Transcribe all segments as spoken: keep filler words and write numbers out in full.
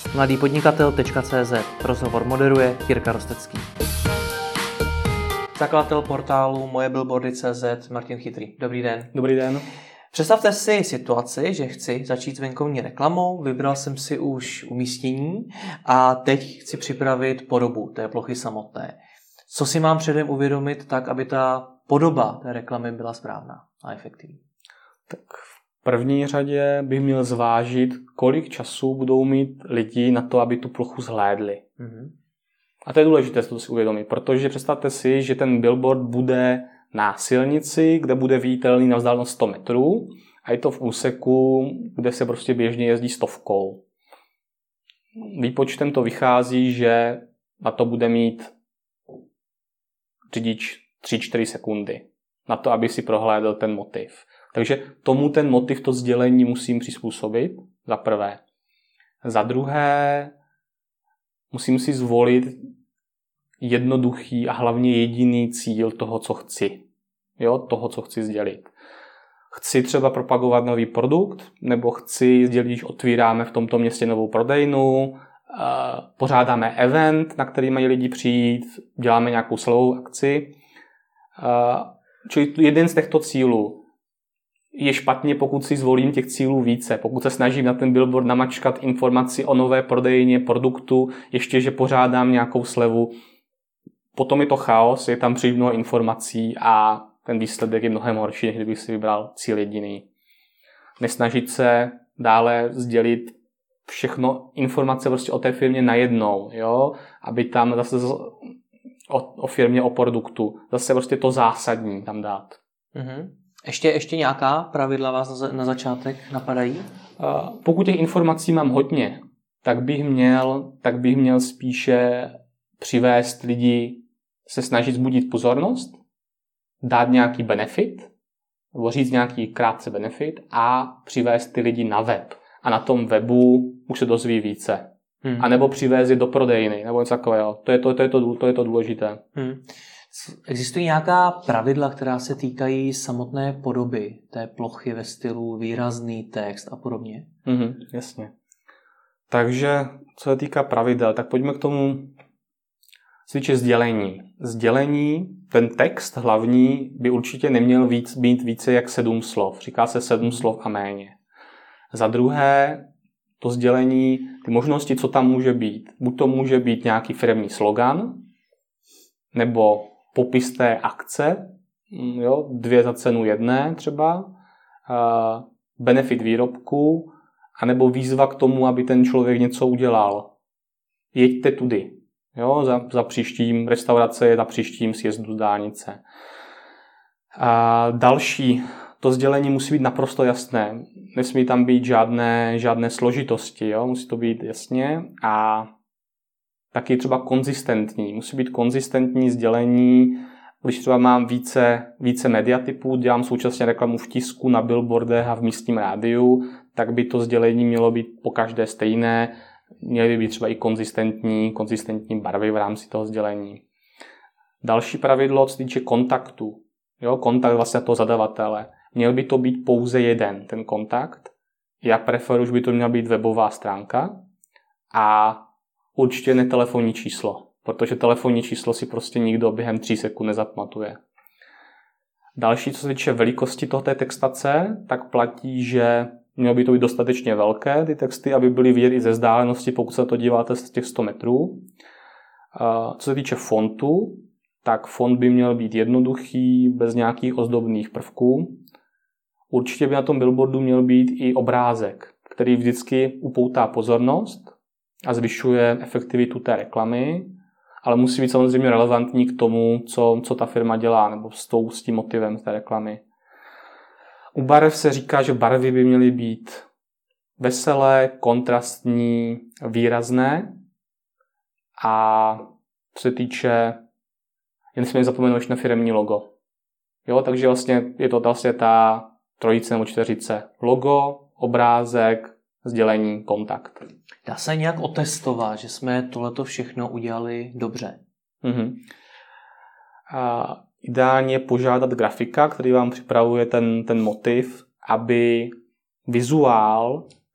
mladý podnikatel tečka cé zet. Rozhovor moderuje Jirka Rostecký. Zakladatel portálu moje billboardy tečka cé zet Martin Chytrý. Dobrý den. Dobrý den. Představte si situaci, že chci začít s venkovní reklamou, vybral jsem si už umístění a teď chci připravit podobu té plochy samotné. Co si mám předem uvědomit tak, aby ta podoba té reklamy byla správná a efektivní? Tak v první řadě bych měl zvážit, kolik času budou mít lidi na to, aby tu plochu zhlédli. Mm-hmm. A to je důležité to si uvědomit, protože představte si, že ten billboard bude na silnici, kde bude viditelný na vzdálenost sto metrů a je to v úseku, kde se prostě běžně jezdí stovkou. Výpočtem to vychází, že na to bude mít řidič tři čtyři sekundy na to, aby si prohlédl ten motiv. Takže tomu ten motiv, to sdělení musím přizpůsobit, za prvé. Za druhé musím si zvolit jednoduchý a hlavně jediný cíl toho, co chci. Jo, toho, co chci sdělit. Chci třeba propagovat nový produkt, nebo chci sdělit, že otvíráme v tomto městě novou prodejnu, pořádáme event, na který mají lidi přijít, děláme nějakou slovou akci. Čili jeden z těchto cílů je špatně, pokud si zvolím těch cílů více. Pokud se snažím na ten billboard namačkat informaci o nové prodejně, produktu, ještě, že pořádám nějakou slevu, potom je to chaos, je tam příliš mnoho informací a ten výsledek je mnohem horší, než kdybych si vybral cíl jediný. Nesnažit se dále sdělit všechno informace prostě o té firmě najednou, jo? Aby tam zase o, o firmě, o produktu, zase prostě to zásadní tam dát. Mm-hmm. Ještě, ještě nějaká pravidla vás na, na začátek napadají? Uh, pokud těch informací mám hodně, tak bych měl, tak bych měl spíše přivést lidi, se snažit zbudit pozornost, dát nějaký benefit, nebo říct nějaký krátce benefit a přivést ty lidi na web. A na tom webu už se dozví více. Hmm. A nebo přivést je do prodejny, nebo něco takového. To je to, to, je to, to je to důležité. Hmm. Existují nějaká pravidla, která se týkají samotné podoby té plochy ve stylu výrazný text a podobně? Hmm, jasně. Takže, co se týká pravidel, tak pojďme k tomu svědče sdělení. Sdělení, ten text hlavní by určitě neměl víc, být více jak sedm slov. Říká se sedm slov a méně. Za druhé, to sdělení, ty možnosti, co tam může být. Buď to může být nějaký firemní slogan, nebo popis té akce, jo, dvě za cenu jedné třeba, uh, benefit výrobku, anebo výzva k tomu, aby ten člověk něco udělal. Jeďte tudy. Jo, za, za příštím restaurace je za příštím sjezdu z dálnice. A další, to sdělení musí být naprosto jasné. Nesmí tam být žádné, žádné složitosti, jo? Musí to být jasně a taky třeba konzistentní. Musí být konzistentní sdělení. Když třeba mám více, více mediatypů, dělám současně reklamu v tisku, na billboardech a v místním rádiu, tak by to sdělení mělo být pokaždé stejné. Měly by být třeba i konzistentní, konzistentní barvy v rámci toho sdělení. Další pravidlo, co se týče kontaktu. Jo, kontakt vlastně toho zadavatele. Měl by to být pouze jeden, ten kontakt. Já preferuji, že by to měla být webová stránka a určitě ne telefonní číslo, protože telefonní číslo si prostě nikdo během tří sekund nezapamatuje. Další, co se týče velikosti toho té textace, tak platí, že mělo by to být dostatečně velké, ty texty, aby byly vidět i ze vzdálenosti, pokud se to díváte z těch sto metrů. Co se týče fontu, tak font by měl být jednoduchý, bez nějakých ozdobných prvků. Určitě by na tom billboardu měl být i obrázek, který vždycky upoutá pozornost a zvyšuje efektivitu té reklamy, ale musí být samozřejmě relevantní k tomu, co, co ta firma dělá, nebo s, tou, s tím motivem té reklamy. U barev se říká, že barvy by měly být veselé, kontrastní, výrazné a co se týče, jen jsme zapomenout na firemní logo. Jo, takže vlastně je to vlastně ta trojice nebo čtyřice. Logo, obrázek, sdělení, kontakt. Dá se nějak otestovat, že jsme tohleto všechno udělali dobře? Mhm. A ideálně požádat grafika, který vám připravuje ten, ten motiv, aby vizuál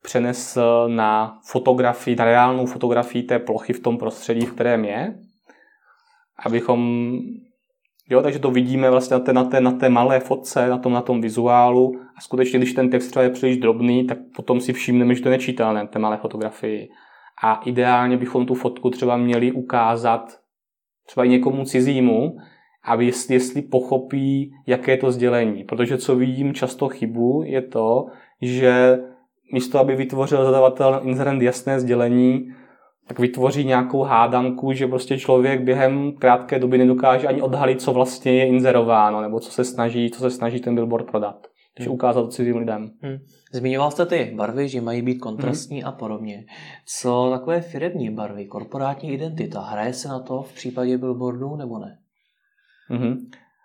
přenesl na fotografii, na reálnou fotografii té plochy v tom prostředí, v kterém je. Abychom, jo, takže to vidíme vlastně na té, na té, na té malé fotce, na tom, na tom vizuálu a skutečně, když ten text třeba je příliš drobný, tak potom si všimneme, že to je nečitelné na té malé fotografii. A ideálně bychom tu fotku třeba měli ukázat třeba i někomu cizímu, aby jestli, jestli pochopí, jaké je to sdělení. Protože co vidím často chybu, je to, že místo, aby vytvořil zadavatel inzerent jasné sdělení, tak vytvoří nějakou hádanku, že prostě člověk během krátké doby nedokáže ani odhalit, co vlastně je inzerováno, nebo co se snaží, co se snaží ten billboard prodat. Takže ukázat to cizím lidem. Hmm. Zmiňoval jste ty barvy, že mají být kontrastní hmm. a podobně. Co takové firemní barvy, korporátní identita, hraje se na to v případě billboardů nebo ne? Hmm.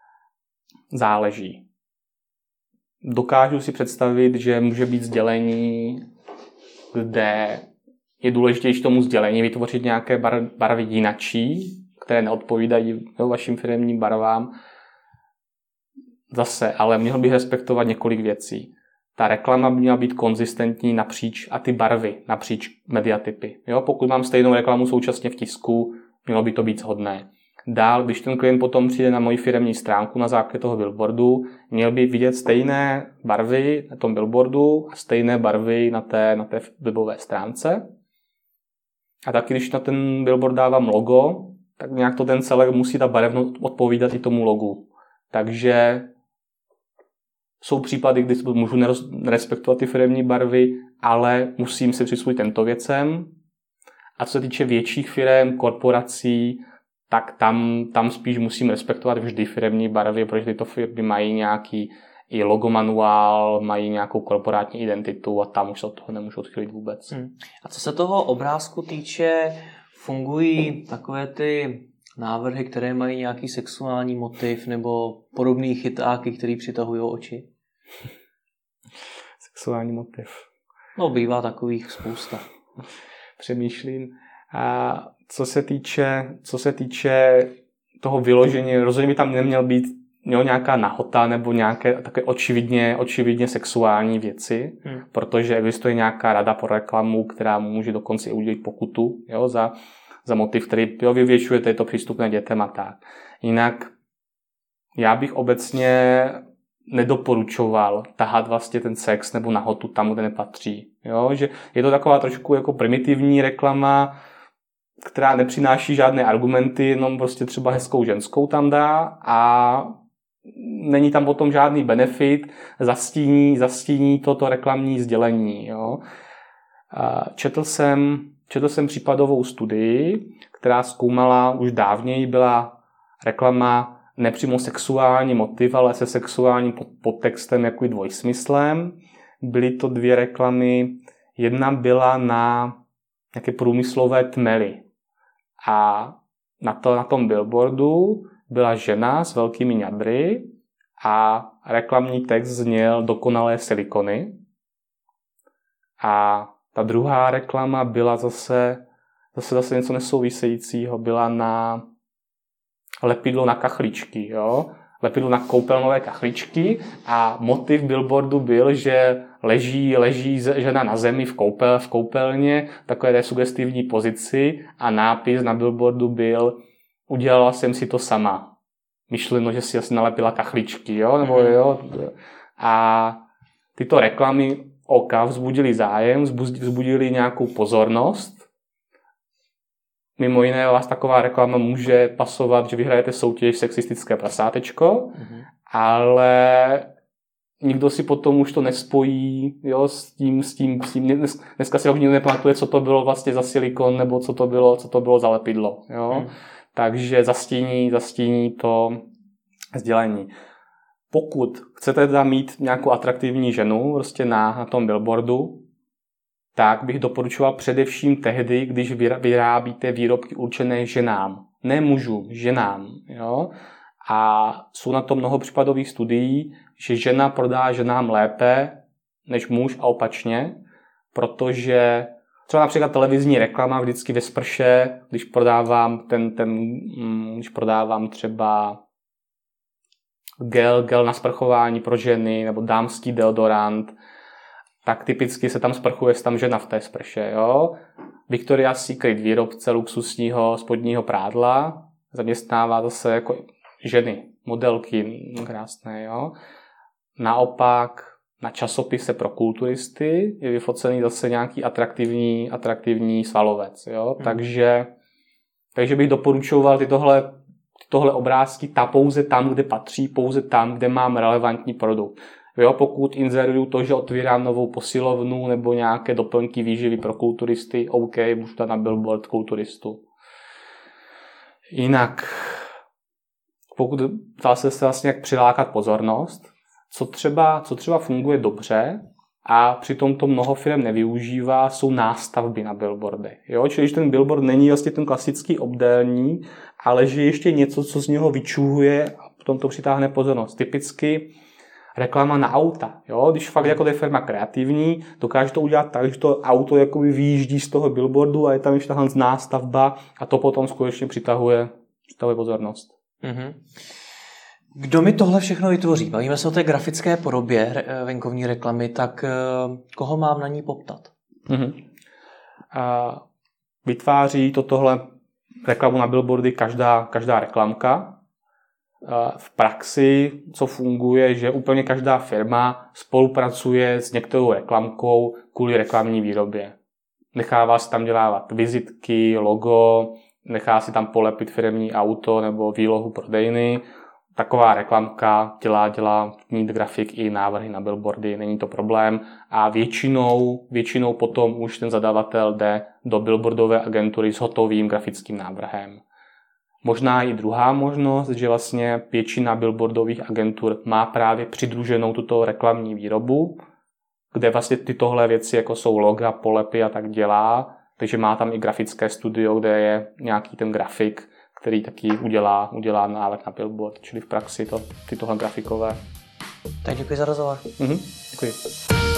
Záleží. Dokážu si představit, že může být sdělení, kde je důležitější tomu sdělení vytvořit nějaké bar- barvy jinačí, které neodpovídají vašim firemním barvám. Zase, ale měl bych respektovat několik věcí. Ta reklama by měla být konzistentní napříč a ty barvy napříč mediatypy. Jo? Pokud mám stejnou reklamu současně v tisku, mělo by to být shodné. Dál, když ten klient potom přijde na moji firemní stránku na základě toho billboardu, měl by vidět stejné barvy na tom billboardu a stejné barvy na té, na té webové stránce. A taky, když na ten billboard dávám logo, tak nějak to ten celek musí ta barevnost odpovídat i tomu logu. Takže jsou případy, kdy můžu nerespektovat ty firemní barvy, ale musím si přizpůsobit tento věcem. A co se týče větších firem, korporací, tak tam, tam spíš musím respektovat vždy firemní barvy, protože tyto firmy mají nějaký i logomanuál, mají nějakou korporátní identitu a tam už se od toho nemůžu odchylit vůbec. Hmm. A co se toho obrázku týče, fungují takové ty návrhy, které mají nějaký sexuální motiv nebo podobný chytáky, který přitahují oči? Sexuální motiv. No, bývá takových spousta. Přemýšlím. A co se týče, co se týče toho vyložení, rozhodně by tam neměl být jo, nějaká nahota nebo nějaké také očividně, očividně sexuální věci, hmm. protože existuje nějaká rada pro reklamu, která může dokonce i udělit pokutu jo, za, za motiv, který jo, vyvětšuje to přístupné dětem a tak. Jinak já bych obecně nedoporučoval tahat vlastně ten sex nebo nahotu tam, kde nepatří. Jo? Že je to taková trošku jako primitivní reklama, která nepřináší žádné argumenty, jenom prostě třeba hezkou ženskou tam dá a není tam potom žádný benefit, zastíní, zastíní toto reklamní sdělení. Jo? Četl jsem, četl jsem případovou studii, která zkoumala, už dávněji byla reklama nepřímo sexuální motiv, ale se sexuálním podtextem, jako i dvojsmyslem. Byly to dvě reklamy. Jedna byla na nějaké průmyslové tmely. A na, to, na tom billboardu byla žena s velkými ňadry a reklamní text zněl dokonalé silikony. A ta druhá reklama byla zase, zase, zase něco nesouvisejícího. Byla na lepidlo na kachličky, jo? Lepidlo na koupelnové kachličky a motiv billboardu byl, že leží, leží žena na zemi v, koupel, v koupelně, v takové té sugestivní pozici a nápis na billboardu byl udělala jsem si to sama. Myšleno, že si asi nalepila kachličky, jo? Nebo, jo? A tyto reklamy oka vzbudily zájem, vzbudily nějakou pozornost. Mimo jiné vás taková reklama může pasovat, že vyhrajete soutěž sexistické prasátečko, mm-hmm. ale nikdo si potom už to nespojí jo, s tím, s tím, s tím. Dnes, dneska si ho nikdo nepamatuje, co to bylo vlastně za silikon, nebo co to bylo, co to bylo za lepidlo. Jo? Mm. Takže zastíní, zastíní to sdělení. Pokud chcete teda mít nějakou atraktivní ženu prostě na, na tom billboardu, tak bych doporučoval především tehdy, když vyrábíte výrobky určené ženám. Ne mužům, ženám. Jo? A jsou na to mnoho případových studií, že žena prodá ženám lépe než muž a opačně, protože třeba například televizní reklama vždycky ve sprše, když prodávám, ten, ten, když prodávám třeba gel, gel na sprchování pro ženy nebo dámský deodorant, tak typicky se tam sprchuje tam žena v té sprše. Jo? Victoria's Secret, výrobce luxusního spodního prádla, zaměstnává zase jako ženy, modelky krásné. Jo? Naopak na časopise pro kulturisty je vyfocený zase nějaký atraktivní, atraktivní svalovec. Jo? Hmm. Takže, takže bych doporučoval tytohle, tytohle obrázky ta pouze tam, kde patří, pouze tam, kde mám relevantní produkt. Jo? Pokud inzeruju to, že otvírám novou posilovnu nebo nějaké doplňky výživy pro kulturisty, OK, můžu dát na billboard kulturistu. Jinak, pokud zase se vlastně jak přilákat pozornost, Co třeba, co třeba funguje dobře a přitom to mnoho firm nevyužívá, jsou nástavby na billboardech. Jo? Čili když ten billboard není vlastně ten klasický obdélník, ale že ještě něco, co z něho vyčuhuje a potom to přitáhne pozornost. Typicky reklama na auta. Jo? Když fakt jako je firma kreativní, dokáže to udělat tak, že to auto jakoby vyjíždí z toho billboardu a je tam ještě tahle nástavba a to potom skutečně přitahuje, přitahuje pozornost. Mm-hmm. Kdo mi tohle všechno vytvoří? Bavíme se o té grafické podobě venkovní reklamy, tak koho mám na ní poptat? Mm-hmm. A vytváří to tohle reklamu na billboardy každá, každá reklamka. A v praxi, co funguje, že úplně každá firma spolupracuje s některou reklamkou kvůli reklamní výrobě. Nechává si tam dělávat vizitky, logo, nechá si tam polepit firemní auto nebo výlohu prodejny. Taková reklamka dělá, dělá need grafik i návrhy na billboardy, není to problém. A většinou, většinou potom už ten zadavatel jde do billboardové agentury s hotovým grafickým návrhem. Možná i druhá možnost, že vlastně většina billboardových agentur má právě přidruženou tuto reklamní výrobu, kde vlastně tytohle věci, jako jsou loga, polepy a tak dělá. Takže má tam i grafické studio, kde je nějaký ten grafik, který taky udělá, udělá návrh na billboard, čili v praxi to, tytohle grafikové. Tak děkuji za rozhovor. Mhm, děkuji.